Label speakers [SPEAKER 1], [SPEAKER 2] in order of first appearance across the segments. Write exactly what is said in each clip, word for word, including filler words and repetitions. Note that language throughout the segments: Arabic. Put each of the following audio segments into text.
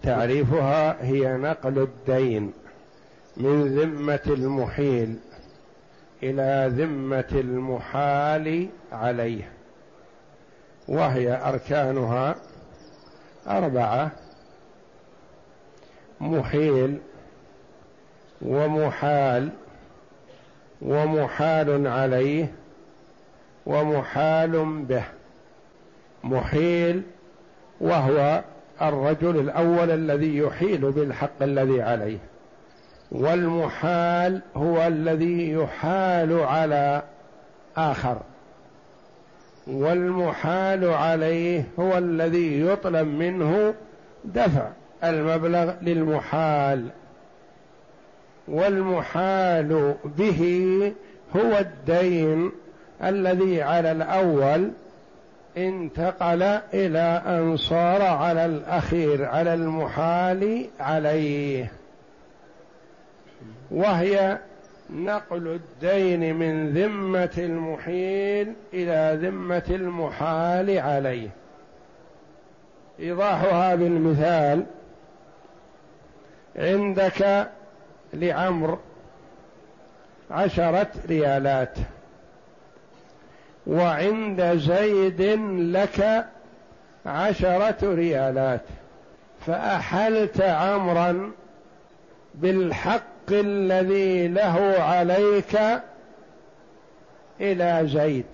[SPEAKER 1] تعريفها هي نقل الدين من ذمة المحيل إلى ذمة المحال عليه، وهي أركانها أربعة: محيل ومحال ومحال عليه ومحال به. محيل وهو الرجل الأول الذي يحيل بالحق الذي عليه، والمحال هو الذي يحال على آخر، والمحال عليه هو الذي يطلب منه دفع المبلغ للمحال، والمحال به هو الدين الذي على الأول انتقل إلى أن صار على الأخير على المحال عليه، وهي نقل الدين من ذمة المحيل إلى ذمة المحال عليه. إيضاحها بالمثال: عندك لعمر عشرة ريالات، وعند زيد لك عشرة ريالات، فأحلت عمرا بالحق الذي له عليك إلى زيد،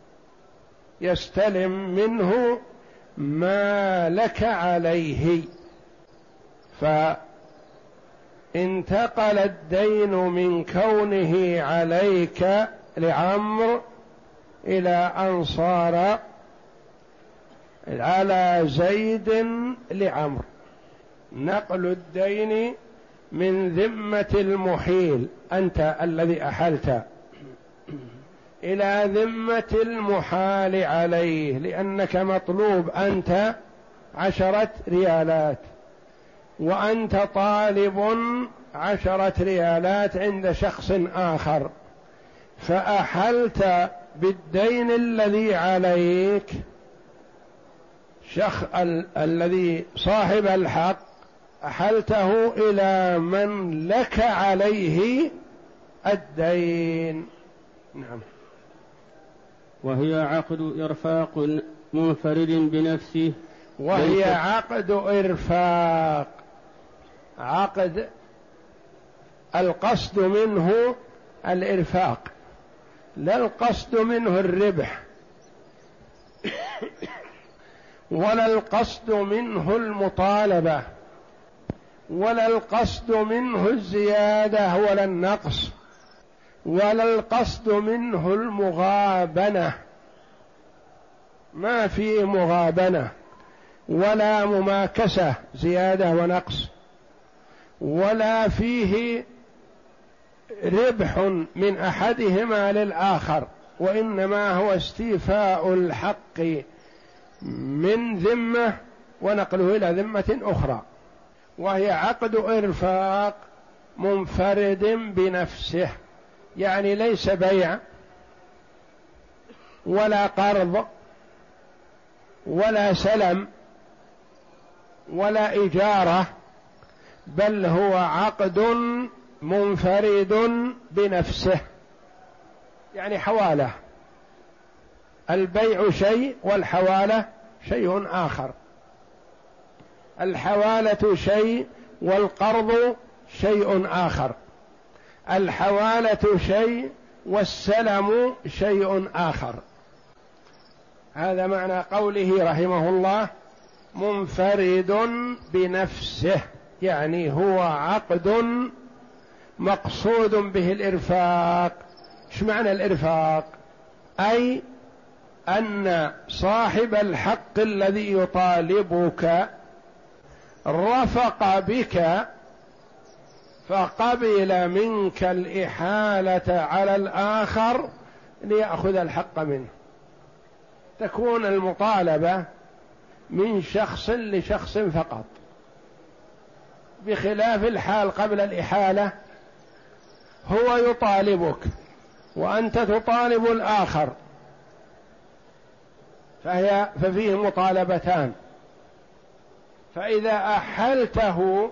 [SPEAKER 1] يستلم منه ما لك عليه، فانتقل الدين من كونه عليك لعمر إلى أن صار على زيد لعمر. نقل الدين من ذمة المحيل أنت الذي أحلت إلى ذمة المحال عليه، لأنك مطلوب أنت عشرة ريالات وأنت طالب عشرة ريالات عند شخص آخر، فأحلت بالدين الذي عليك شخص ال- الذي صاحب الحق، أحلته إلى من لك عليه الدين. نعم.
[SPEAKER 2] وهي عقد إرفاق منفرد بنفسه.
[SPEAKER 1] وهي عقد إرفاق، عقد القصد منه الإرفاق، لا القصد منه الربح ولا القصد منه المطالبة ولا القصد منه الزيادة ولا النقص ولا القصد منه المغابنة، ما فيه مغابنة ولا مماكسة زيادة ونقص، ولا فيه ربح من أحدهما للآخر، وإنما هو استيفاء الحق من ذمة ونقله إلى ذمة أخرى. وهي عقد إرفاق منفرد بنفسه، يعني ليس بيع ولا قرض ولا سلم ولا إجارة، بل هو عقد منفرد بنفسه، يعني حوالة. البيع شيء والحوالة شيء آخر، الحوالة شيء والقرض شيء آخر، الحوالة شيء والسلم شيء آخر. هذا معنى قوله رحمه الله منفرد بنفسه، يعني هو عقد مقصود به الإرفاق. ايش معنى الإرفاق؟ أي أن صاحب الحق الذي يطالبك رفق بك فقبل منك الإحالة على الآخر ليأخذ الحق منه، تكون المطالبة من شخص لشخص فقط، بخلاف الحال قبل الإحالة هو يطالبك وأنت تطالب الآخر، فهي ففيه مطالبتان، فإذا أحلته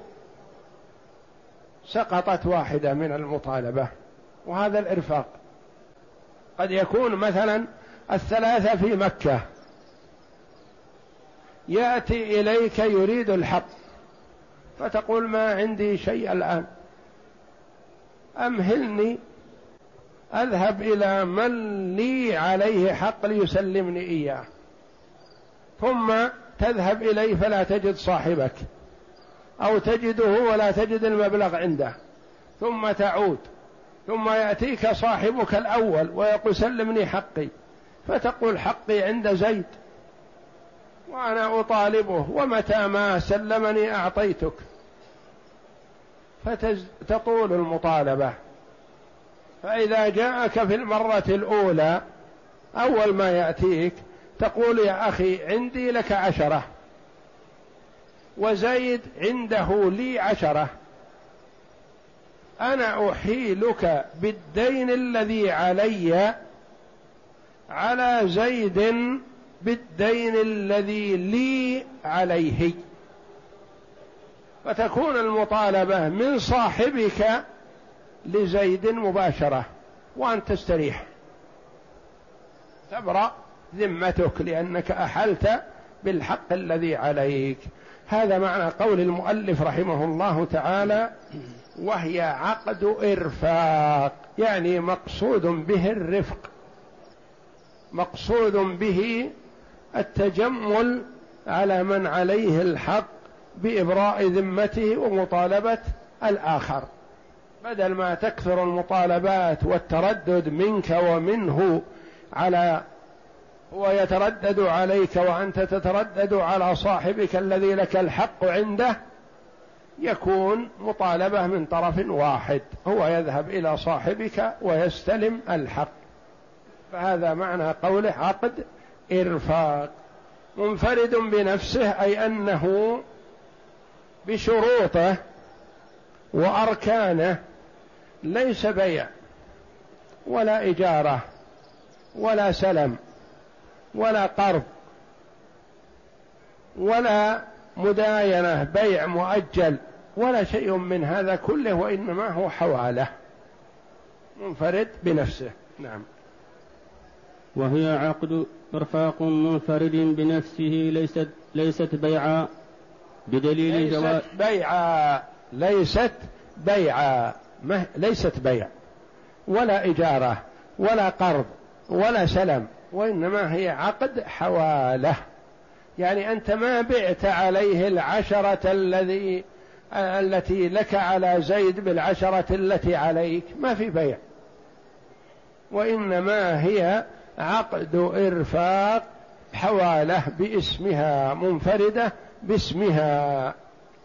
[SPEAKER 1] سقطت واحدة من المطالبة، وهذا الإرفاق. قد يكون مثلا الثلاثة في مكة، يأتي إليك يريد الحق، فتقول ما عندي شيء الآن، أمهلني أذهب إلى من لي عليه حق ليسلمني إياه، ثم تذهب إليه فلا تجد صاحبك، أو تجده ولا تجد المبلغ عنده، ثم تعود، ثم يأتيك صاحبك الأول ويقول سلمني حقي، فتقول حقي عند زيد وأنا أطالبه، ومتى ما سلمني أعطيتك، فتطول المطالبة. فإذا جاءك في المرة الأولى أول ما يأتيك تقول يا أخي عندي لك عشرة، وزيد عنده لي عشرة، أنا أحيلك بالدين الذي علي على زيد بالدين الذي لي عليه، فتكون المطالبة من صاحبك لزيد مباشرة، وأن تستريح، تبرأ ذمتك لأنك أحلت بالحق الذي عليك. هذا معنى قول المؤلف رحمه الله تعالى: وهي عقد إرفاق، يعني مقصود به الرفق، مقصود به التجمل على من عليه الحق بإبراء ذمته ومطالبة الآخر، بدل ما تكثر المطالبات والتردد منك ومنه على هو يتردد عليك وأنت تتردد على صاحبك الذي لك الحق عنده، يكون مطالبة من طرف واحد، هو يذهب إلى صاحبك ويستلم الحق. فهذا معنى قوله عقد إرفاق. منفرد بنفسه أي أنه بشروطه وأركانه، ليس بيع ولا إجارة ولا سلم ولا قرض ولا مداينة بيع مؤجل ولا شيء من هذا كله، وإنما هو حوالة، منفرد بنفسه. نعم.
[SPEAKER 2] وهي عقد إرفاق منفرد بنفسه، ليست ليست بيعا بدليل جواز
[SPEAKER 1] ليست بيعا ليست بيعا ليست بيع ولا إجارة ولا قرض ولا سلم، وإنما هي عقد حوالة، يعني أنت ما بعت عليه العشرة الذي التي لك على زيد بالعشرة التي عليك، ما في بيع، وإنما هي عقد إرفاق حوالة باسمها، منفردة باسمها.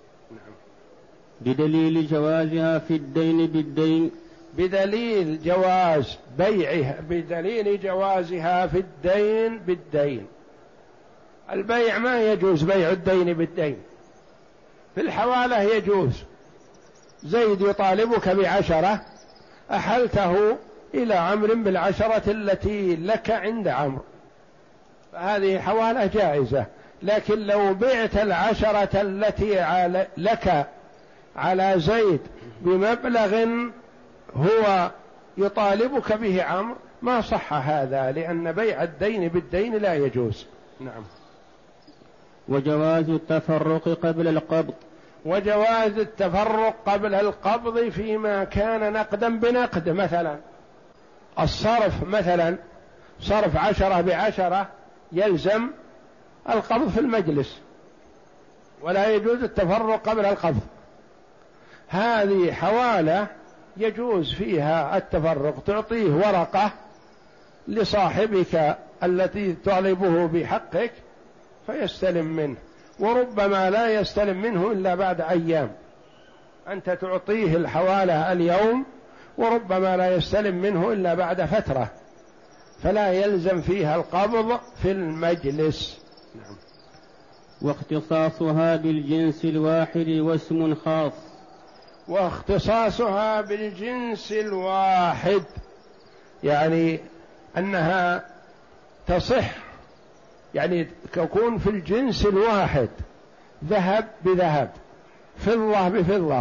[SPEAKER 2] بدليل جوازها في الدين بالدين،
[SPEAKER 1] بدليل جواز بيعها بدليل جوازها في الدين بالدين. البيع ما يجوز بيع الدين بالدين، في الحوالة يجوز. زيد يطالبك بعشرة، أحلته إلى عمرو بالعشرة التي لك عند عمرو، فهذه حوالة جائزة. لكن لو بعت العشرة التي على لك على زيد بمبلغ هو يطالبك به عمرو، ما صح هذا، لأن بيع الدين بالدين لا يجوز. نعم.
[SPEAKER 2] وجواز التفرق قبل القبض،
[SPEAKER 1] وجواز التفرق قبل القبض فيما كان نقدا بنقد، مثلا الصرف، مثلا صرف عشرة بعشرة يلزم القبض في المجلس، ولا يجوز التفرق قبل القبض. هذه حوالة يجوز فيها التفرق، تعطيه ورقة لصاحبك التي طالبه بحقك فيستلم منه، وربما لا يستلم منه إلا بعد أيام، أنت تعطيه الحوالة اليوم وربما لا يستلم منه إلا بعد فترة، فلا يلزم فيها القبض في المجلس. نعم.
[SPEAKER 2] واختصاصها بالجنس الواحد واسم خاص،
[SPEAKER 1] واختصاصها بالجنس الواحد يعني أنها تصح، يعني تكون في الجنس الواحد، ذهب بذهب، فضة بفضة،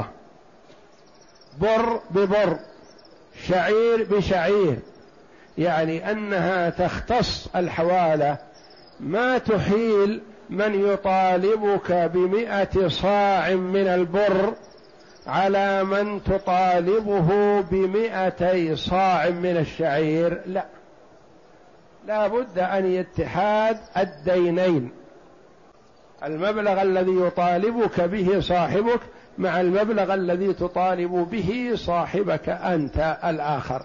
[SPEAKER 1] بر ببر، شعير بشعير، يعني أنها تختص الحوالة، ما تحيل من يطالبك بمئة صاع من البر على من تطالبه بمئتي صاع من الشعير، لا، لا بد أن يتحاد الدينين، المبلغ الذي يطالبك به صاحبك مع المبلغ الذي تطالب به صاحبك أنت الآخر.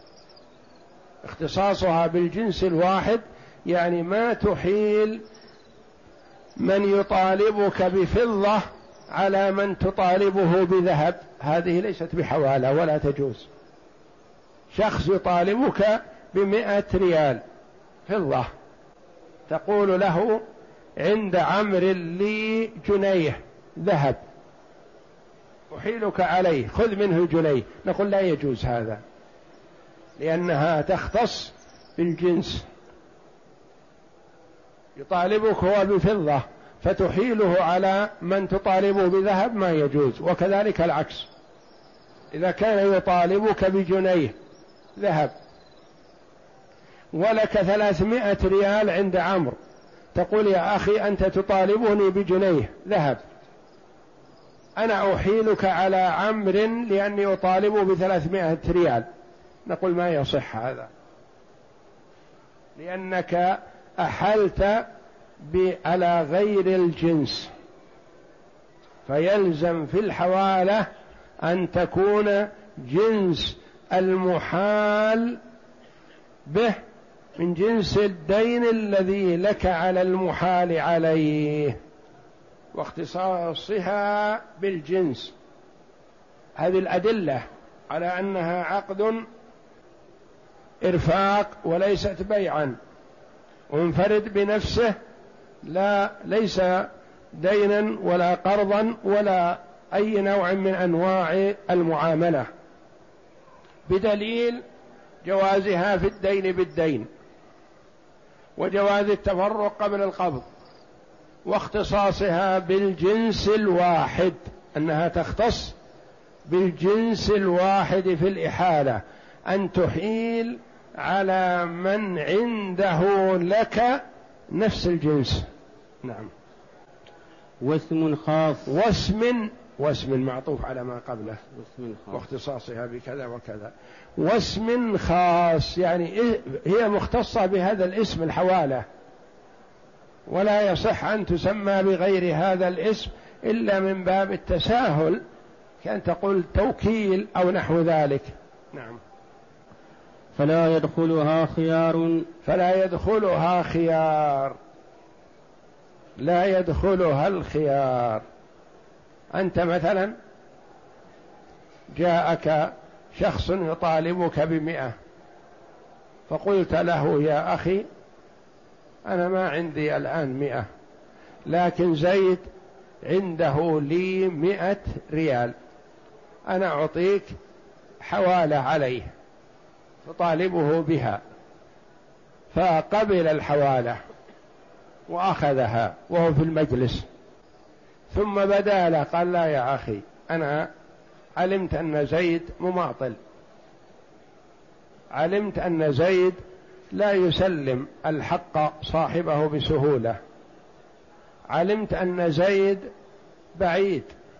[SPEAKER 1] اختصاصها بالجنس الواحد يعني ما تحيل من يطالبك بفضة على من تطالبه بذهب، هذه ليست بحوالة ولا تجوز. شخص يطالبك بمئة ريال فضة، تقول له عند عمرو لي جنيه ذهب أحيلك عليه، خذ منه جنيه، نقول لا يجوز هذا، لأنها تختص بالجنس. يطالبك هو بفضة فتحيله على من تطالبه بذهب، ما يجوز. وكذلك العكس، إذا كان يطالبك بجنيه ذهب ولك ثلاثمائة ريال عند عمرو، تقول يا أخي أنت تطالبني بجنيه ذهب، أنا أحيلك على عمرو لأني أطالبه بثلاثمائة ريال، نقول ما يصح هذا، لأنك أحلت على غير الجنس، فيلزم في الحوالة أن تكون جنس المحال به من جنس الدين الذي لك على المحال عليه، واختصاصها بالجنس. هذه الأدلة على أنها عقد إرفاق وليست بيعا، ومنفرد بنفسه، لا ليس دينا ولا قرضا ولا أي نوع من أنواع المعاملة، بدليل جوازها في الدين بالدين، وجواز التفرق قبل القبض، واختصاصها بالجنس الواحد، أنها تختص بالجنس الواحد في الإحالة، أن تحيل على من عنده لك نفس الجنس. نعم.
[SPEAKER 2] واسم خاص،
[SPEAKER 1] واسم واسم معطوف على ما قبله،
[SPEAKER 2] واسم خاص،
[SPEAKER 1] واختصاصها بكذا وكذا. واسم خاص يعني هي مختصة بهذا الاسم الحوالة، ولا يصح أن تسمى بغير هذا الاسم إلا من باب التساهل، كأن تقول توكيل أو نحو ذلك. نعم.
[SPEAKER 2] فلا يدخلها خيار،
[SPEAKER 1] فلا يدخلها خيار، لا يدخلها الخيار. أنت مثلا جاءك شخص يطالبك بمئة، فقلت له يا أخي أنا ما عندي الآن مئة، لكن زيد عنده لي مئة ريال، أنا أعطيك حوالة عليه، تطالبه بها، فقبل الحوالة وأخذها وهو في المجلس، ثم بدا له قال لا يا أخي أنا علمت أن زيد مماطل، علمت أن زيد لا يسلم الحق صاحبه بسهولة، علمت أن زيد بعيد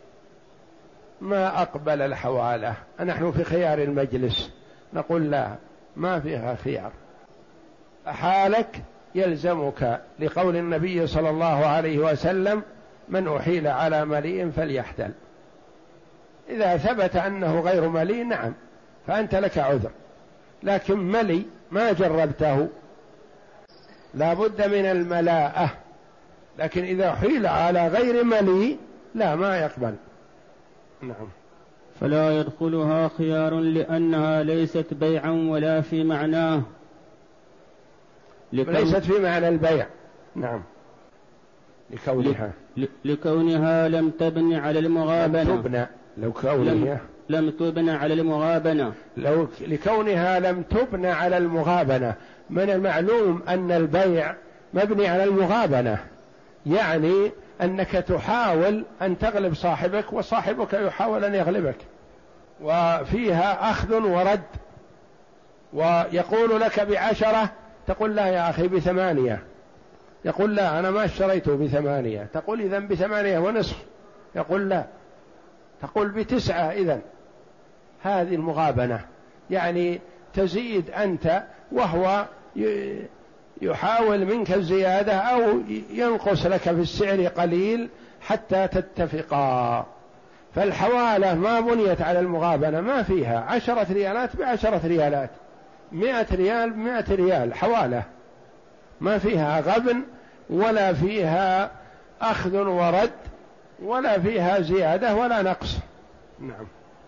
[SPEAKER 1] ما أقبل الحوالة، نحن في خيار المجلس، نقول لا، ما فيها خيار، أحالك يلزمك، لقول النبي صلى الله عليه وسلم من أحيل على مليء فليحتل. إذا ثبت أنه غير مليء نعم فأنت لك عذر، لكن ملي ما جربته لا بد من الملاءة، لكن إذا حيل على غير مليء لا ما يقبل. نعم.
[SPEAKER 2] فلا يدخلها خيار لأنها ليست بيعا ولا في معناه،
[SPEAKER 1] لكون... ليست في معنى البيع. نعم. لكونها
[SPEAKER 2] لكونها لم تبني على المغابنة،
[SPEAKER 1] لم تبنى لو كونها
[SPEAKER 2] لم, لم تبنى على المغابنة
[SPEAKER 1] لو لكونها لم تبنى على المغابنة. من المعلوم أن البيع مبني على المغابنة، يعني أنك تحاول أن تغلب صاحبك وصاحبك يحاول أن يغلبك، وفيها أخذ ورد، ويقول لك بعشرة تقول لا يا أخي بثمانية، يقول لا أنا ما اشتريته بثمانية، تقول إذن بثمانية ونصف، يقول لا، تقول بتسعة إذن. هذه المغابنة، يعني تزيد أنت وهو يحاول منك الزيادة أو ينقص لك في السعر قليل حتى تتفقا. فالحوالة ما بنيت على المغابنة، ما فيها عشرة ريالات بعشرة ريالات، مئة ريال بمئة ريال، حوالة ما فيها غبن ولا فيها أخذ ورد ولا فيها زيادة ولا نقص. نعم.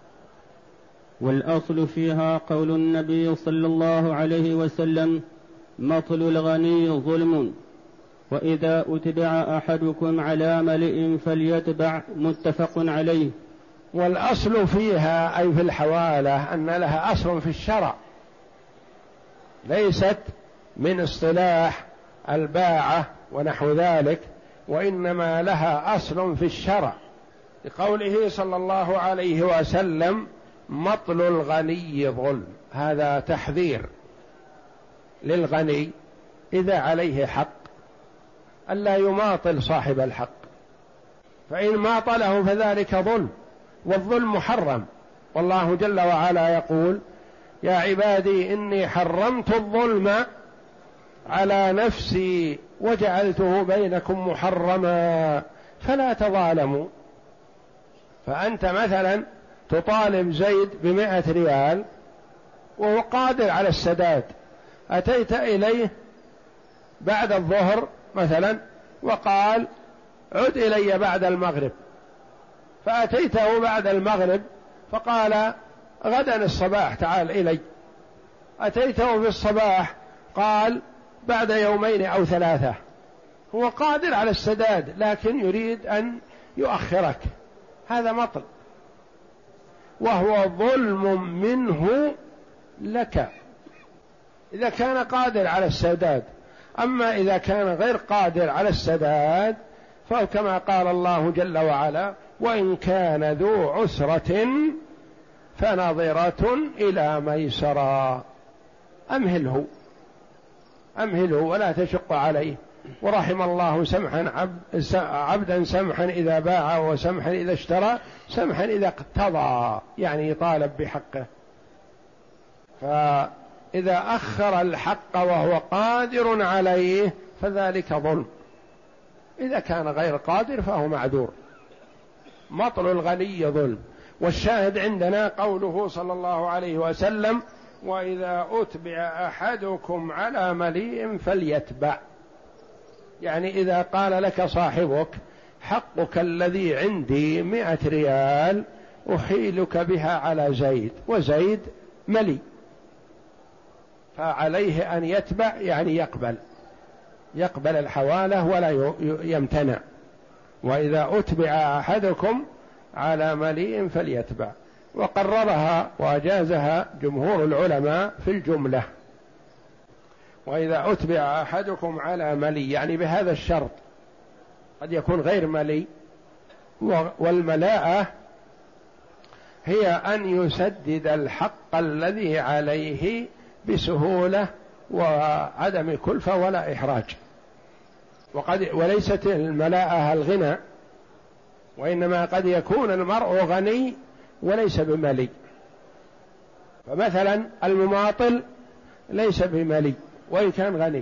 [SPEAKER 2] والأصل فيها قول النبي صلى الله عليه وسلم: مطل الغني ظلم، وإذا أتبع أحدكم على ملئ فليتبع، متفق عليه.
[SPEAKER 1] والأصل فيها أي في الحوالة أن لها أصل في الشرع، ليست من اصطلاح الباعة ونحو ذلك، وإنما لها أصل في الشرع، لقوله صلى الله عليه وسلم: مطل الغني ظلم. هذا تحذير للغني إذا عليه حق ألا يماطل صاحب الحق، فإن ماطله فذلك ظلم، والظلم محرم. والله جل وعلا يقول: يا عبادي إني حرمت الظلم على نفسي وجعلته بينكم محرما فلا تظالموا. فأنت مثلا تطالب زيد بمائة ريال وهو قادر على السداد، أتيت إليه بعد الظهر مثلا وقال: عد إلي بعد المغرب، فأتيته بعد المغرب فقال: غدا الصباح تعال إلي. أتيته في الصباح قال: بعد يومين أو ثلاثة. هو قادر على السداد لكن يريد أن يؤخرك، هذا مطل، وهو ظلم منه لك إذا كان قادر على السداد. أما إذا كان غير قادر على السداد فكما قال الله جل وعلا: وإن كان ذو عسرة فنظرة إلى ميسرة. أمهله أمهله ولا تشق عليه. ورحم الله سمحا عبد عبدا سمحا إذا باع وسمحا إذا اشترى، سمحا إذا اقتضى، يعني يطالب بحقه. فإذا أخر الحق وهو قادر عليه فذلك ظلم، إذا كان غير قادر فهو معذور. مطل الغني ظلم. والشاهد عندنا قوله صلى الله عليه وسلم: وإذا أتبع أحدكم على مليء فليتبع، يعني إذا قال لك صاحبك: حقك الذي عندي مئة ريال أحيلك بها على زيد، وزيد ملي، فعليه أن يتبع، يعني يقبل يقبل الحوالة ولا يمتنع. وإذا أتبع أحدكم على مليء فليتبع. وقررها وأجازها جمهور العلماء في الجملة. وإذا أتبع أحدكم على ملي يعني بهذا الشرط، قد يكون غير ملي. والملاءة هي أن يسدد الحق الذي عليه بسهولة وعدم كلفة ولا إحراج. وقد وليست الملاءة الغنى، وإنما قد يكون المرء غني وليس بملي. فمثلا المماطل ليس بملي وإن كان غني.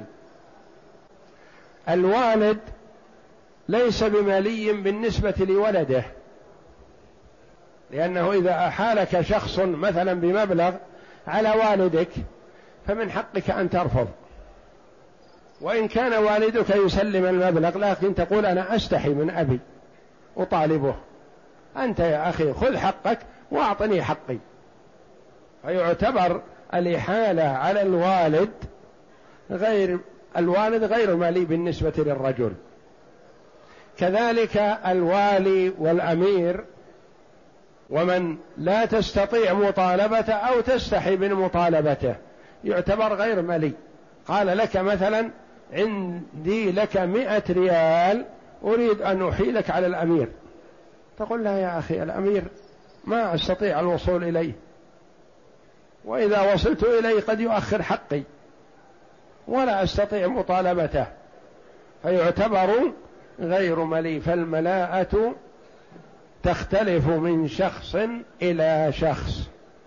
[SPEAKER 1] الوالد ليس بملي بالنسبة لولده، لأنه إذا أحالك شخص مثلا بمبلغ على والدك فمن حقك أن ترفض، وإن كان والدك يسلم المبلغ لكن تقول: أنا أستحي من أبي أطالبه، أنت يا أخي خذ حقك وأعطني حقي. فيعتبر الإحالة على الوالد غير الوالد غير مالي بالنسبة للرجل. كذلك الوالي والأمير ومن لا تستطيع مطالبته أو تستحي من مطالبته يعتبر غير ملي. قال لك مثلا: عندي لك مئة ريال أريد أن أحيلك على الأمير، تقول لا يا أخي الأمير ما أستطيع الوصول إليه، وإذا وصلت إليه قد يؤخر حقي ولا أستطيع مطالبته، فيعتبر غير ملي. فالملاءة تختلف من شخص إلى شخص.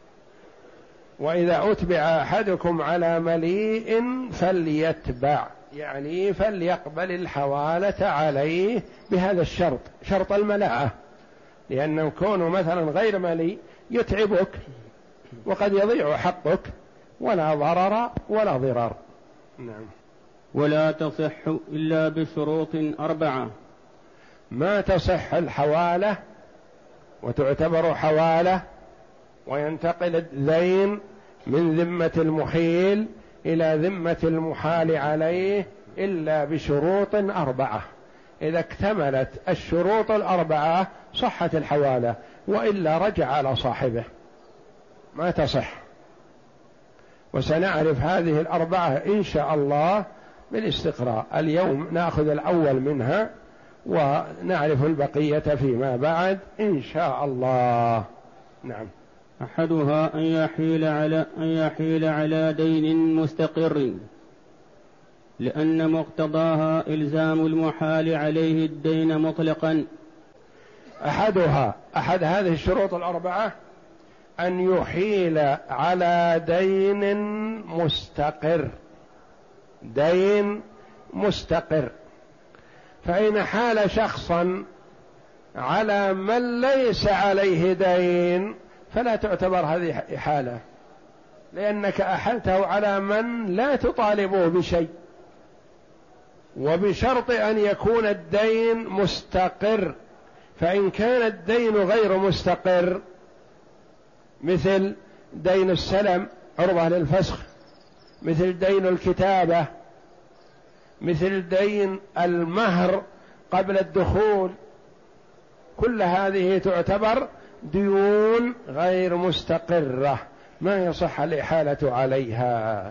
[SPEAKER 1] وإذا أتبع أحدكم على مليء فليتبع، يعني فليقبل الحوالة عليه بهذا الشرط، شرط الملاءة، لأنه كونه مثلا غير ملي يتعبك وقد يضيع حقك، ولا ضرر ولا ضرار. نعم.
[SPEAKER 2] ولا تصح إلا بشروط أربعة.
[SPEAKER 1] ما تصح الحوالة وتعتبر حوالة وينتقل الدين من ذمة المحيل إلى ذمة المحال عليه إلا بشروط أربعة. إذا اكتملت الشروط الأربعة صحت الحوالة، وإلا رجع على صاحبه ما تصح. وسنعرف هذه الأربعة إن شاء الله بالاستقراء. اليوم نأخذ الأول منها ونعرف البقية فيما بعد إن شاء الله. نعم.
[SPEAKER 2] أحدها أن يحيل على أن يحيل على دين مستقر، لأن مقتضاها إلزام المحال عليه الدين مطلقا.
[SPEAKER 1] أحدها أحد هذه الشروط الأربعة أن يحيل على دين مستقر، دين مستقر. فإن حال شخصا على من ليس عليه دين فلا تعتبر هذه إحالة، لأنك أحلته على من لا تطالبه بشيء، وبشرط أن يكون الدين مستقر. فإن كان الدين غير مستقر مثل دين السلم عرضة للفسخ، مثل دين الكتابة، مثل دين المهر قبل الدخول، كل هذه تعتبر ديون غير مستقرة ما يصح الإحالة عليها،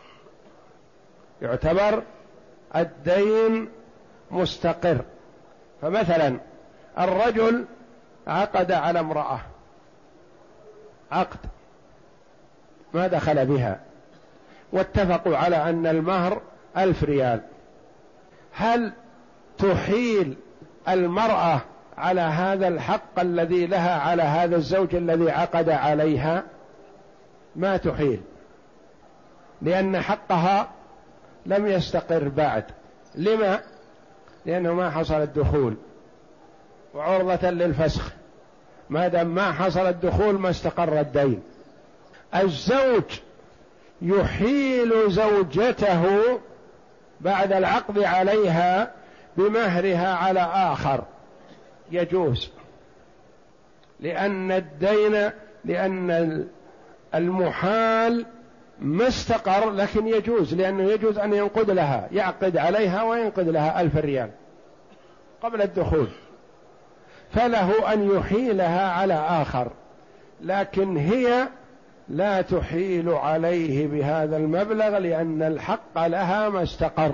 [SPEAKER 1] يعتبر الدين مستقر. فمثلا الرجل عقد على امرأة عقد ما دخل بها، واتفقوا على أن المهر ألف ريال، هل تحيل المرأة على هذا الحق الذي لها على هذا الزوج الذي عقد عليها؟ ما تحيل، لأن حقها لم يستقر بعد. لما؟ لأنه ما حصل الدخول، وعرضة للفسخ، ما دام ما حصل الدخول ما استقر الدين. الزوج يحيل زوجته بعد العقد عليها بمهرها على آخر، يجوز، لأن الدين لأن المحال ما استقر، لكن يجوز، لأنه يجوز أن ينقد لها، يعقد عليها وينقد لها ألف ريال قبل الدخول، فله أن يحيلها على آخر، لكن هي لا تحيل عليه بهذا المبلغ لأن الحق لها ما استقر.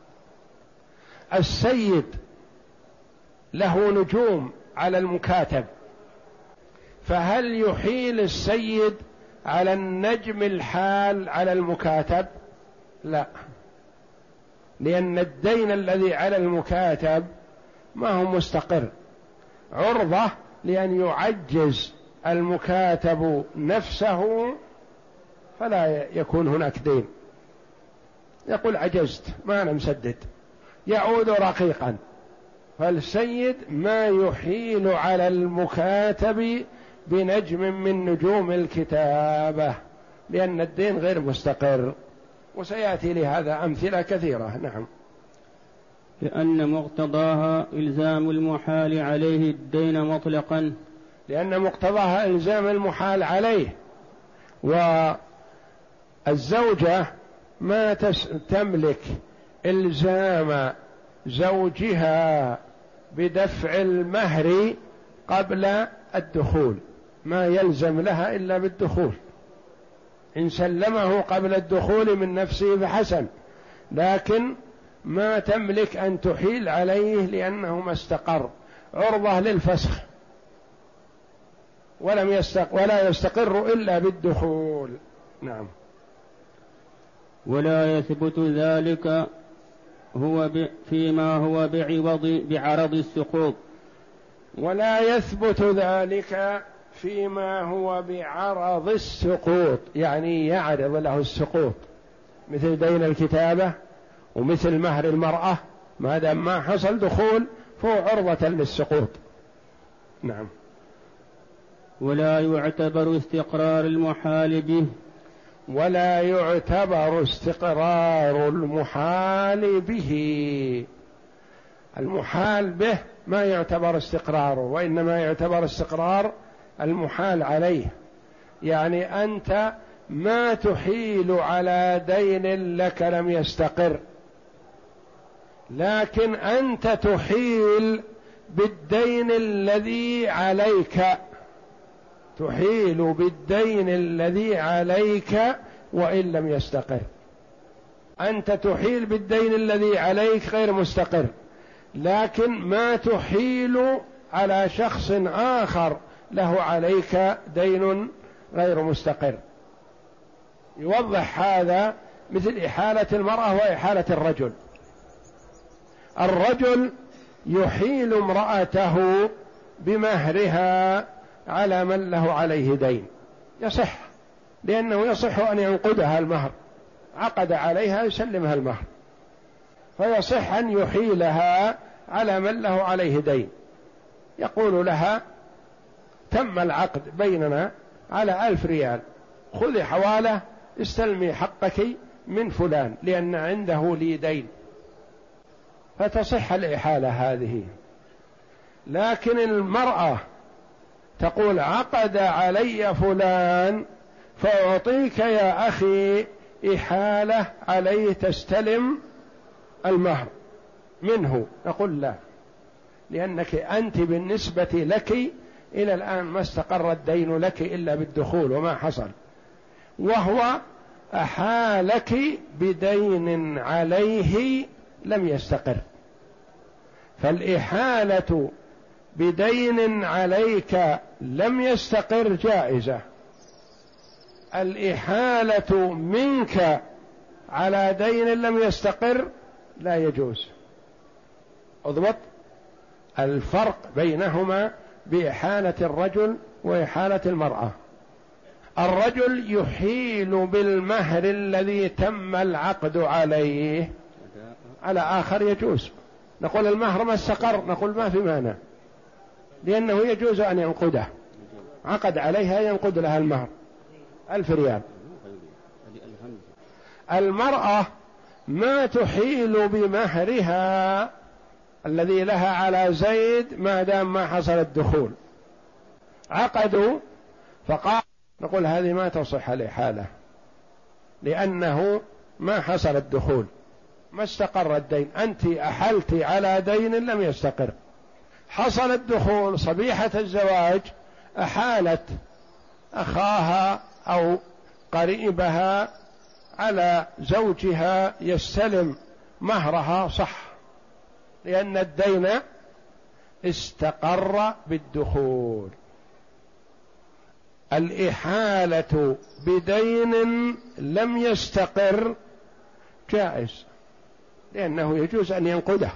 [SPEAKER 1] السيد له نجوم على المكاتب، فهل يحيل السيد على النجم الحال على المكاتب؟ لا، لأن الدين الذي على المكاتب ما هو مستقر، عرضة لأن يعجز المكاتب نفسه فلا يكون هناك دين، يقول عجزت ما أنا مسدد، يعود رقيقا. فالسيد ما يحيل على المكاتب بنجم من نجوم الكتابة، لأن الدين غير مستقر، وسيأتي لهذا أمثلة كثيرة. نعم.
[SPEAKER 2] لأن مقتضاها إلزام المحال عليه الدين مطلقا،
[SPEAKER 1] لأن مقتضاها إلزام المحال عليه، والزوجة ما تملك إلزام زوجها بدفع المهر قبل الدخول، ما يلزم لها إلا بالدخول، إن سلمه قبل الدخول من نفسه فحسن، لكن ما تملك أن تحيل عليه لأنه ما استقر، عرضة للفسخ، ولم يستق ولا يستقر إلا بالدخول. نعم.
[SPEAKER 2] ولا يثبت ذلك هو فيما هو بعوض بعرض السقوط.
[SPEAKER 1] ولا يثبت ذلك فيما هو بعرض السقوط، يعني يعرض له السقوط، مثل دين الكتابة ومثل مهر المرأة، ما دام ما حصل دخول فهو عرضة للسقوط. نعم.
[SPEAKER 2] ولا يعتبر استقرار المحال به.
[SPEAKER 1] ولا يعتبر استقرار المحال به. المحال به ما يعتبر استقراره، وإنما يعتبر استقرار المحال عليه. يعني أنت ما تحيل على دين لك لم يستقر، لكن أنت تحيل بالدين الذي عليك، تحيل بالدين الذي عليك وإن لم يستقر. أنت تحيل بالدين الذي عليك غير مستقر، لكن ما تحيل على شخص آخر له عليك دين غير مستقر. يوضح هذا مثل إحالة المرأة وإحالة الرجل. الرجل يحيل امرأته بمهرها على من له عليه دين، يصح، لأنه يصح أن ينقدها المهر، عقد عليها يسلمها المهر، فيصح أن يحيلها على من له عليه دين. يقول لها تم العقد بيننا على ألف ريال، خذي حوالة استلمي حقك من فلان لأن عنده لي دين، فتصح الإحالة هذه. لكن المرأة تقول عقد علي فلان فأعطيك يا أخي إحالة عليه تستلم المهر منه، نقول لا، لأنك أنت بالنسبة لك إلى الآن ما استقر الدين لك إلا بالدخول وما حصل، وهو أحالك بدين عليه لم يستقر. فالإحالة بدين عليك لم يستقر جائزة، الإحالة منك على دين لم يستقر لا يجوز. اضبط الفرق بينهما بإحالة الرجل وإحالة المرأة. الرجل يحيل بالمهر الذي تم العقد عليه على آخر يجوز، نقول المهر ما استقر، نقول ما في مانع، لأنه يجوز أن ينقده، عقد عليها ينقد لها المهر ألف ريال. المرأة ما تحيل بمهرها الذي لها على زيد ما دام ما حصل الدخول، عقدوا فقال، نقول هذه ما تصح الإحالة لأنه ما حصل الدخول، ما استقر الدين، أنت أحلت على دين لم يستقر. حصل الدخول صبيحة الزواج، أحالت أخاها أو قريبها على زوجها يستلم مهرها، صح، لأن الدين استقر بالدخول. الإحالة بدين لم يستقر جائز، لأنه يجوز أن ينقده.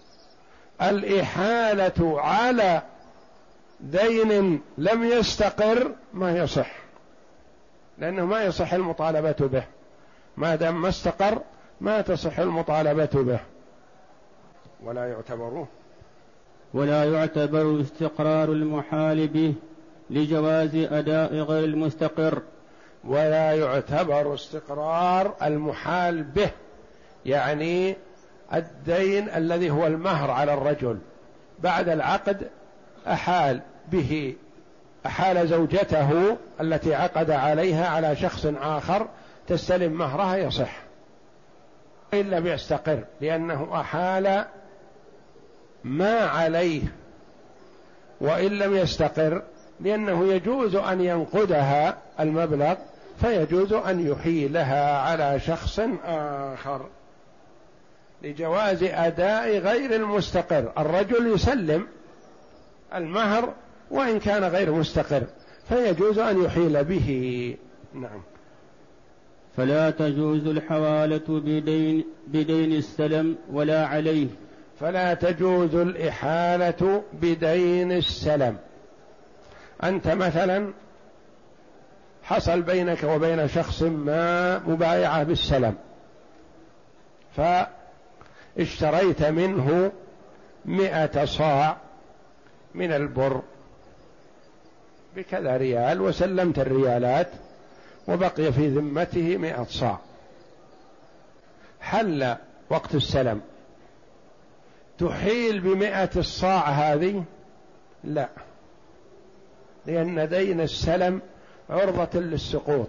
[SPEAKER 1] الإحالة على دين لم يستقر ما يصح، لأنه ما يصح المطالبة به، ما دام ما استقر ما تصح المطالبة به. ولا يعتبر
[SPEAKER 2] ولا يعتبر استقرار المحال به لجواز أداء غير المستقر.
[SPEAKER 1] ولا يعتبر استقرار المحال به، يعني الدين الذي هو المهر على الرجل بعد العقد أحال به، أحال زوجته التي عقد عليها على شخص آخر تستلم مهرها، يصح إلا بيستقر، لأنه أحال ما عليه، وإن لم يستقر لأنه يجوز أن ينقدها المبلغ، فيجوز أن يحيلها على شخص آخر. لجواز أداء غير المستقر. الرجل يسلم المهر وإن كان غير مستقر فيجوز أن يحيل به. نعم.
[SPEAKER 2] فلا تجوز الحوالة بدين, بدين السلم ولا عليه.
[SPEAKER 1] فلا تجوز الإحالة بدين السلم. أنت مثلا حصل بينك وبين شخص ما مبايعة بالسلم، فاشتريت منه مئة صاع من البر بكذا ريال وسلمت الريالات وبقي في ذمته مئة صاع. حل وقت السلم، تحيل بمئة الصاع هذه؟ لا، لأن دين السلم عرضة للسقوط.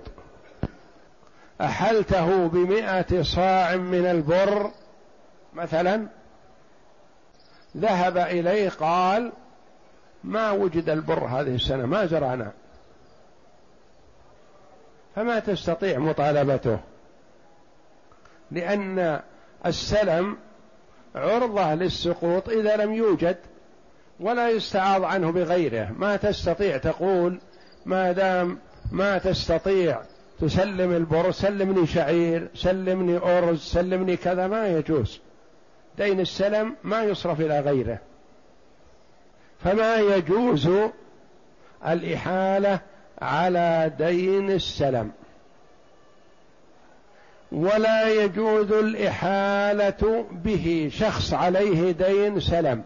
[SPEAKER 1] أحلته بمئة صاع من البر مثلا، ذهب إليه قال ما وجد البر هذه السنة، ما زرعنا، فما تستطيع مطالبته، لأن السلم عرضة للسقوط إذا لم يوجد ولا يستعاض عنه بغيره. ما تستطيع تقول ما دام ما تستطيع تسلم البر سلمني شعير، سلمني أرز، سلمني كذا، ما يجوز. دين السلم ما يصرف إلى غيره، فما يجوز الإحالة على دين السلم، ولا يجوز الإحالة به. شخص عليه دين سلم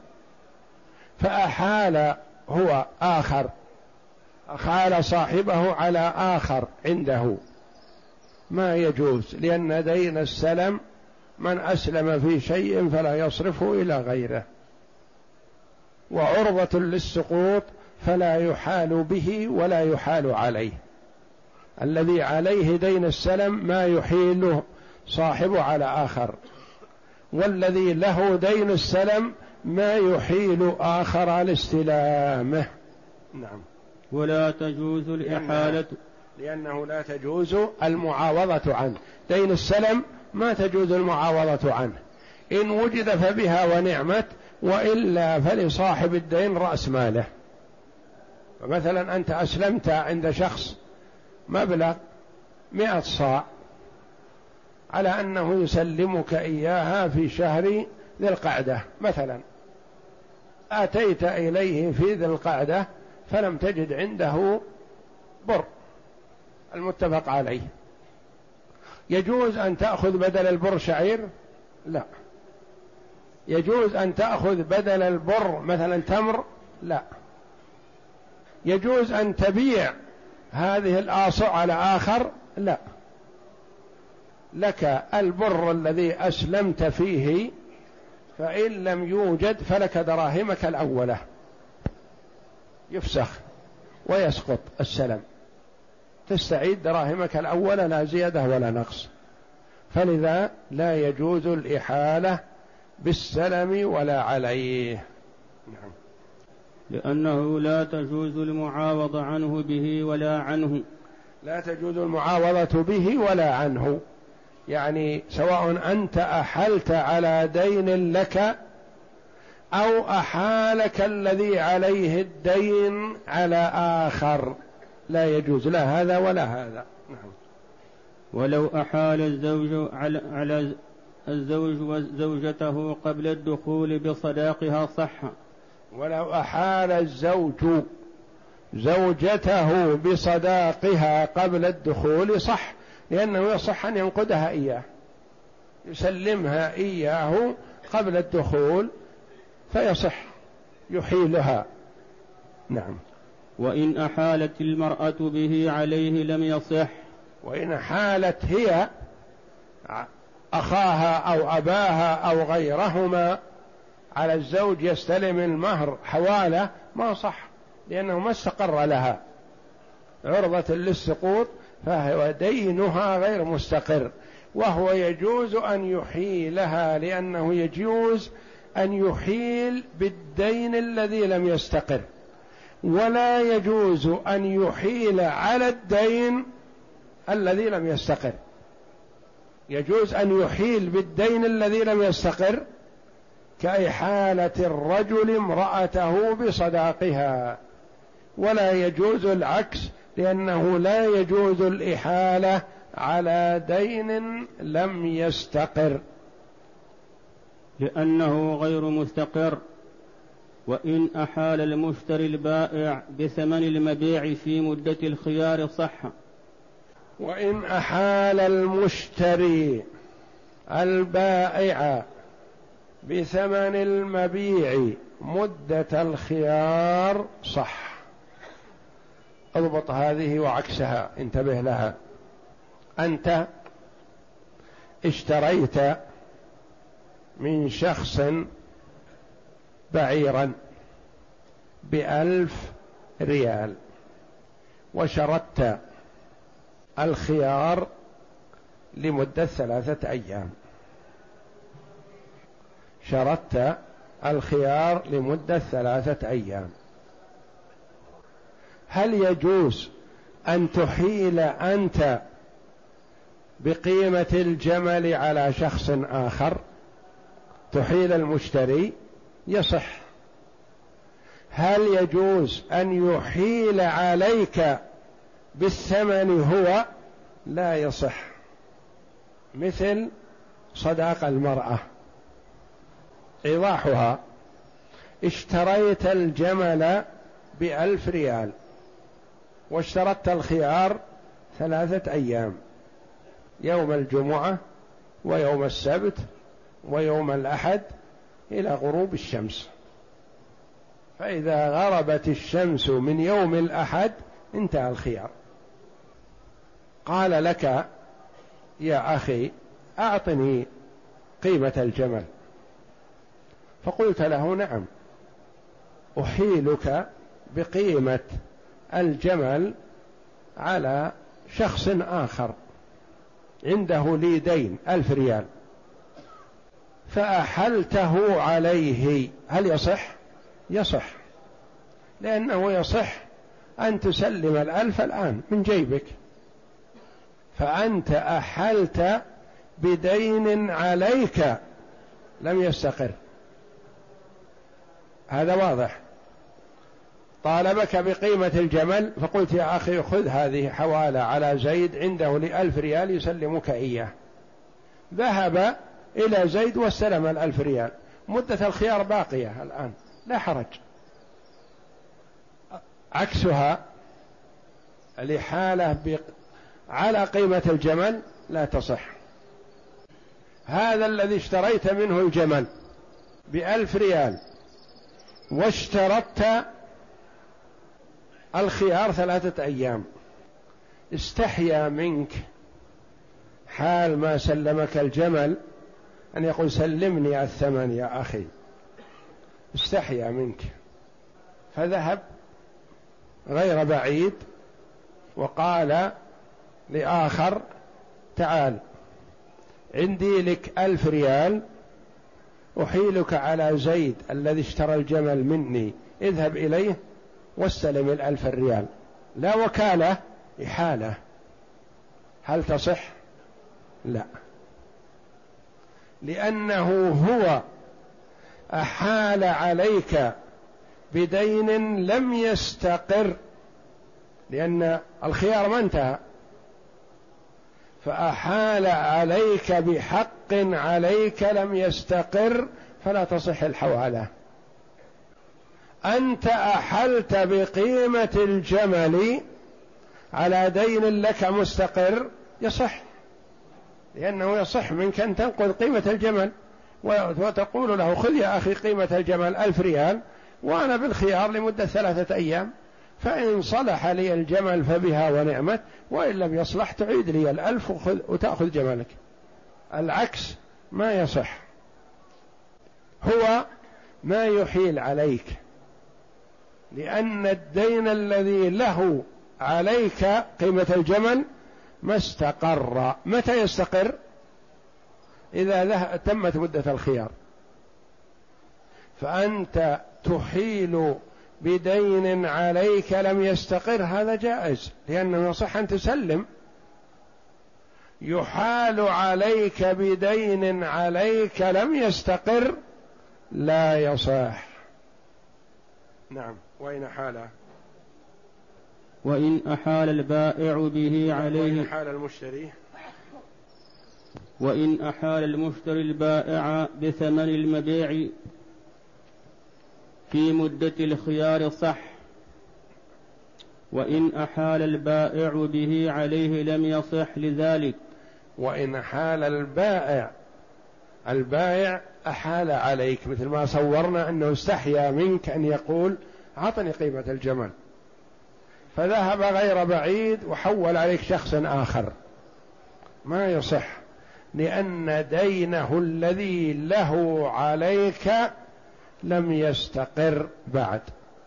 [SPEAKER 1] فأحال هو آخر، أحال صاحبه على آخر عنده، ما يجوز، لأن دين السلم من أسلم في شيء فلا يصرفه إلى غيره، وعرضة للسقوط فلا يحال به ولا يحال عليه. الذي عليه دين السلم ما يحيله صاحبه على آخر، والذي له دين السلم ما يحيل آخر على استلامه. نعم.
[SPEAKER 2] ولا تجوز الإحالة،
[SPEAKER 1] لأنه لا تجوز المعاوضة عنه. دين السلم ما تجوز المعاوضة عنه، إن وجد فبها ونعمت، وإلا فلصاحب الدين رأس ماله. فمثلا أنت أسلمت عند شخص مبلغ مئة صاع على أنه يسلمك إياها في شهر ذي القعدة مثلا، أتيت إليه في ذي القعدة فلم تجد عنده بر المتفق عليه، يجوز أن تأخذ بدل البر شعير؟ لا. يجوز أن تأخذ بدل البر مثلا تمر؟ لا. يجوز أن تبيع هذه الآصع على آخر؟ لا. لك البر الذي أسلمت فيه، فإن لم يوجد فلك دراهمك الأولى، يفسخ ويسقط السلم، تستعيد دراهمك الأولى لا زيادة ولا نقص. فلذا لا يجوز الإحالة بالسلم ولا عليه. نعم.
[SPEAKER 2] لأنه لا تجوز المعاوضة عنه به ولا عنه.
[SPEAKER 1] لا تجوز المعاوضة به ولا عنه، يعني سواء أنت أحلت على دين لك أو أحالك الذي عليه الدين على آخر، لا يجوز لا هذا ولا هذا. نعم.
[SPEAKER 2] ولو أحال الزوج على, على الزوج وزوجته قبل الدخول بصداقها صح.
[SPEAKER 1] ولو أحال الزوج زوجته بصداقها قبل الدخول صح، لأنه يصح أن ينقدها إياه، يسلمها إياه قبل الدخول فيصح يحيلها. نعم.
[SPEAKER 2] وإن أحالت المرأة به عليه لم يصح.
[SPEAKER 1] وإن حالت هي أخاها أو أباها أو غيرهما على الزوج يستلم المهر حوالة ما صح، لأنه ما استقر لها، عرضة للسقوط، فهو دينها غير مستقر، وهو يجوز أن يحيلها، لأنه يجوز أن يحيل بالدين الذي لم يستقر، ولا يجوز أن يحيل على الدين الذي لم يستقر. يجوز أن يحيل بالدين الذي لم يستقر، كإحالة الرجل امرأته بصداقها، ولا يجوز العكس، لأنه لا يجوز الإحالة على دين لم يستقر،
[SPEAKER 2] لأنه غير مستقر. وإن أحال المشتري البائع بثمن المبيع في مدة الخيار صح.
[SPEAKER 1] وإن أحال المشتري البائع بثمن المبيع مدة الخيار صح. اضبط هذه وعكسها، انتبه لها. أنت اشتريت من شخص بعيرا بألف ريال، وشردت الخيار لمدة ثلاثة أيام، شردت الخيار لمدة ثلاثة أيام، هل يجوز أن تحيل أنت بقيمة الجمل على شخص آخر؟ تحيل المشتري يصح. هل يجوز أن يحيل عليك بالثمن هو؟ لا يصح. مثل صداق المرأة، إيضاحها: اشتريت الجمل بألف ريال واشترطت الخيار ثلاثة أيام، يوم الجمعة ويوم السبت ويوم الأحد إلى غروب الشمس، فإذا غربت الشمس من يوم الأحد انتهى الخيار. قال لك: يا أخي أعطني قيمة الجمل، فقلت له: نعم، أحيلك بقيمة الجمل على شخص آخر عنده لي دين ألف ريال، فأحلته عليه، هل يصح؟ يصح، لأنه يصح أن تسلم الألف الآن من جيبك، فأنت أحلت بدين عليك لم يستقر. هذا واضح. طالبك بقيمة الجمل، فقلت: يا أخي خذ هذه حوالة على زيد عنده لألف ريال يسلمك إياه. ذهب إلى زيد واستلم الألف ريال، مدة الخيار باقية الآن، لا حرج. عكسها الإحالة بق... على قيمة الجمل لا تصح. هذا الذي اشتريت منه الجمل بألف ريال واشترطت الخيار ثلاثة أيام، استحيا منك حال ما سلمك الجمل أن يقول: سلمني الثمن يا أخي، استحيا منك، فذهب غير بعيد وقال لآخر: تعال عندي لك ألف ريال أحيلك على زيد الذي اشترى الجمل مني، اذهب إليه واستلم الألف الريال. لا وكالة، إحالة. هل تصح؟ لا، لأنه هو أحال عليك بدين لم يستقر، لأن الخيار ما انتهى، فأحال عليك بحق عليك لم يستقر، فلا تصح الحوالة. أنت أحلت بقيمة الجمل على دين لك مستقر، يصح، لأنه يصح منك أن تنقذ قيمة الجمل وتقول له: خذ يا أخي قيمة الجمل ألف ريال وأنا بالخيار لمدة ثلاثة أيام، فإن صلح لي الجمل فبها ونعمت، وإن لم يصلح تعيد لي الألف وتأخذ جملك. العكس ما يصح. هو ما يحيل عليك، لأن الدين الذي له عليك قيمة الجمل ما استقر. متى يستقر؟ إذا تمت مدة الخيار. فأنت تحيل بدين عليك لم يستقر، هذا جائز، لأنه يصح أن تسلم. يحال عليك بدين عليك لم يستقر لا يصح. نعم. وإن حال
[SPEAKER 2] وإن أحال البائع به عليه
[SPEAKER 1] وإن أحال المشتري
[SPEAKER 2] وإن أحال المشتري البائع بثمن المبيع في مدة الخيار صح، وإن أحال البائع به عليه لم يصح لذلك.
[SPEAKER 1] وإن أحال البائع البائع أحال عليك، مثل ما صورنا أنه استحيا منك أن يقول أعطني قيمة الجمل، فذهب غير بعيد وحول عليك شخص آخر، ما يصح، لأن دينه الذي له عليك لم يستقر بعد.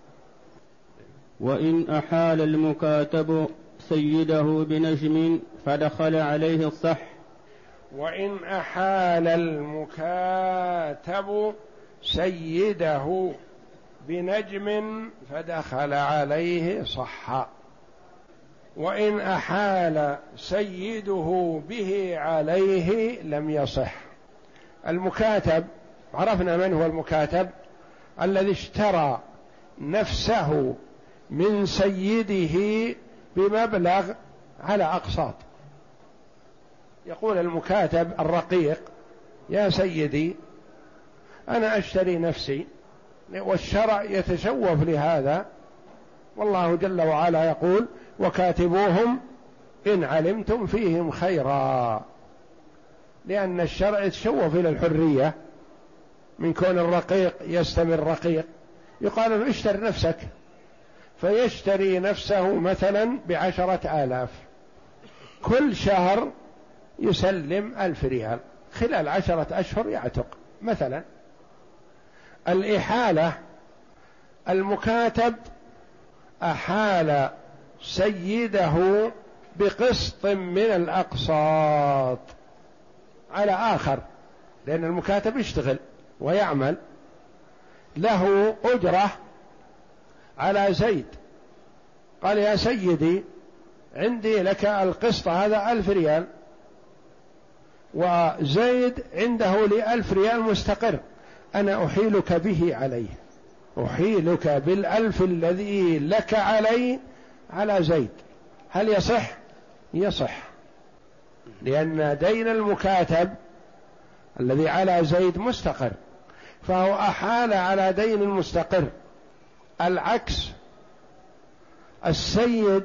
[SPEAKER 2] وإن أحال المكاتب سيده بنجم فدخل عليه الصح.
[SPEAKER 1] وإن أحال المكاتب سيده بنجم فدخل عليه صح. وإن أحال سيده به عليه لم يصح. المكاتب عرفنا من هو المكاتب، الذي اشترى نفسه من سيده بمبلغ على أقساط. يقول المكاتب الرقيق يا سيدي أنا أشتري نفسي، والشرع يتشوف لهذا، والله جل وعلا يقول وكاتبوهم إن علمتم فيهم خيرا، لأن الشرع يتشوف إلى الحرية من كون الرقيق يستمر رقيق. يقال له اشتر نفسك، فيشتري نفسه مثلا بعشرة آلاف، كل شهر يسلم ألف ريال، خلال عشرة أشهر يعتق مثلا. الإحالة المكاتب أحال سيده بقسط من الأقساط على آخر، لأن المكاتب يشتغل ويعمل، له أجرة على زيد، قال يا سيدي عندي لك القسط هذا ألف ريال، وزيد عنده لي ألف ريال مستقر، أنا أحيلك به عليه، أحيلك بالألف الذي لك علي على زيد. هل يصح؟ يصح، لأن دين المكاتب الذي على زيد مستقر، فهو أحال على دين المستقر. العكس، السيد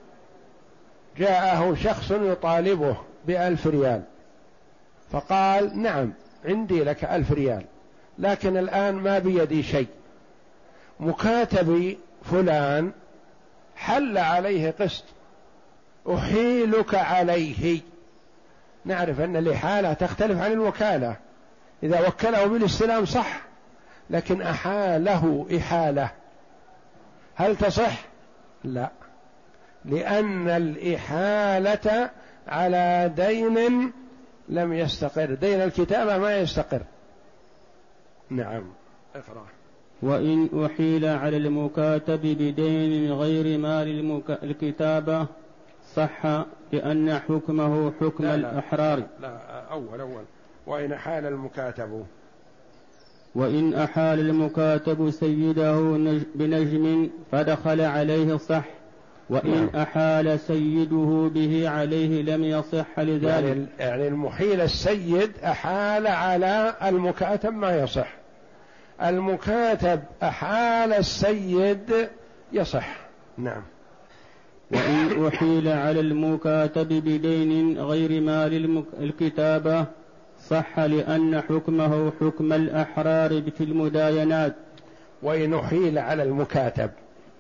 [SPEAKER 1] جاءه شخص يطالبه بألف ريال، فقال نعم عندي لك ألف ريال، لكن الآن ما بيدي شيء، مكاتبي فلان حل عليه قسط أحيلك عليه. نعرف أن الإحالة تختلف عن الوكالة، إذا وكله بالاستلام صح، لكن أحاله إحالة هل تصح؟ لا، لأن الإحالة على دين لم يستقر، دين الكتابة ما يستقر. نعم اقرأ.
[SPEAKER 2] وإن أحيل على المكاتب بدين غير مال الكتابة صح، لأن حكمه حكم
[SPEAKER 1] لا
[SPEAKER 2] الأحرار.
[SPEAKER 1] لا, لا أول أول وإن أحال المكاتب
[SPEAKER 2] وإن أحال المكاتب سيده بنجم فدخل عليه صح، وإن أحال سيده به عليه لم يصح لذلك.
[SPEAKER 1] يعني, يعني المحيل السيد أحال على المكاتب ما يصح، المكاتب أحال السيد يصح. نعم.
[SPEAKER 2] وإن أحيل على المكاتب بدين غير مال الكتابة صح، لأن حكمه حكم الأحرار في المداينات.
[SPEAKER 1] وإن أحيل على المكاتب،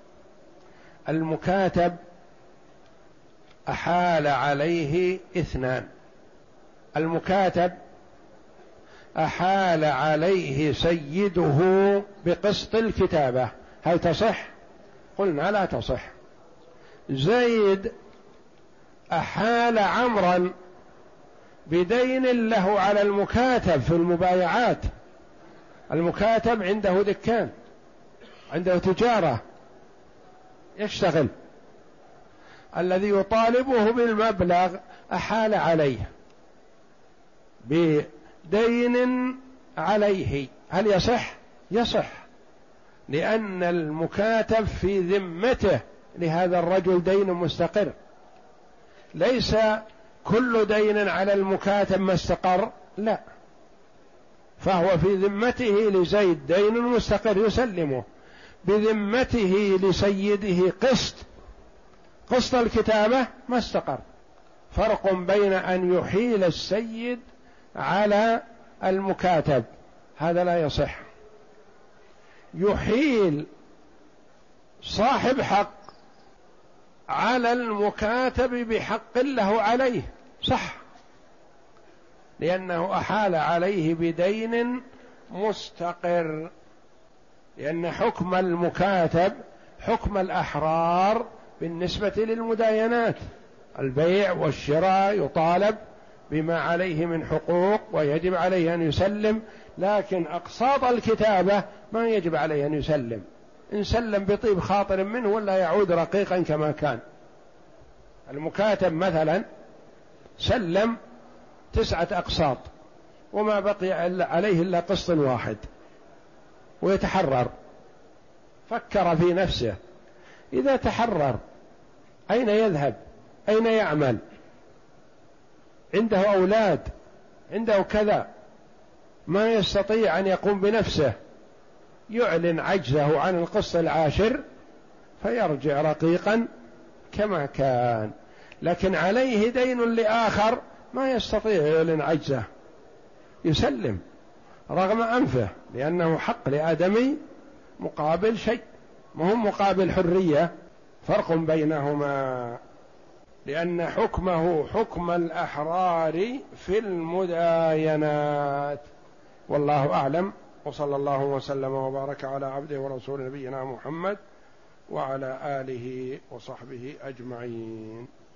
[SPEAKER 1] المكاتب أحال عليه اثنان، المكاتب أحال عليه سيده بقسط الكتابة، هل تصح؟ قلنا لا تصح. زيد أحال عمرا بدين له على المكاتب في المبايعات، المكاتب عنده دكان، عنده تجارة يشتغل، الذي يطالبه بالمبلغ أحال عليه بدين عليه، هل يصح؟ يصح، لأن المكاتب في ذمته لهذا الرجل دين مستقر، ليس كل دين على المكاتب ما استقر، لا، فهو في ذمته لزيد دين مستقر يسلمه، بذمته لسيده قسط، قسط الكتابة ما استقر. فرق بين أن يحيل السيد على المكاتب، هذا لا يصح. يحيل صاحب حق على المكاتب بحق له عليه، صح، لأنه أحال عليه بدين مستقر، لأن حكم المكاتب حكم الأحرار بالنسبة للمداينات، البيع والشراء يطالب بما عليه من حقوق ويجب عليه أن يسلم، لكن أقساط الكتابة ما يجب عليه أن يسلم، إن سلم بطيب خاطر منه ولا يعود رقيقا كما كان. المكاتب مثلا سلم تسعة أقساط وما بقي عليه إلا قسط واحد ويتحرر، فكر في نفسه، إذا تحرر أين يذهب؟ أين يعمل؟ عنده أولاد، عنده كذا، ما يستطيع أن يقوم بنفسه، يعلن عجزه عن القسط العاشر فيرجع رقيقا كما كان. لكن عليه دين لآخر ما يستطيع يعلن عجزه، يسلم رغم أنفه، لأنه حق لآدمي مقابل شيء، مهم مقابل حرية، فرق بينهما، لأن حكمه حكم الأحرار في المداينات. والله أعلم، وصلى الله وسلم وبارك على عبده ورسول نبينا محمد وعلى آله وصحبه أجمعين.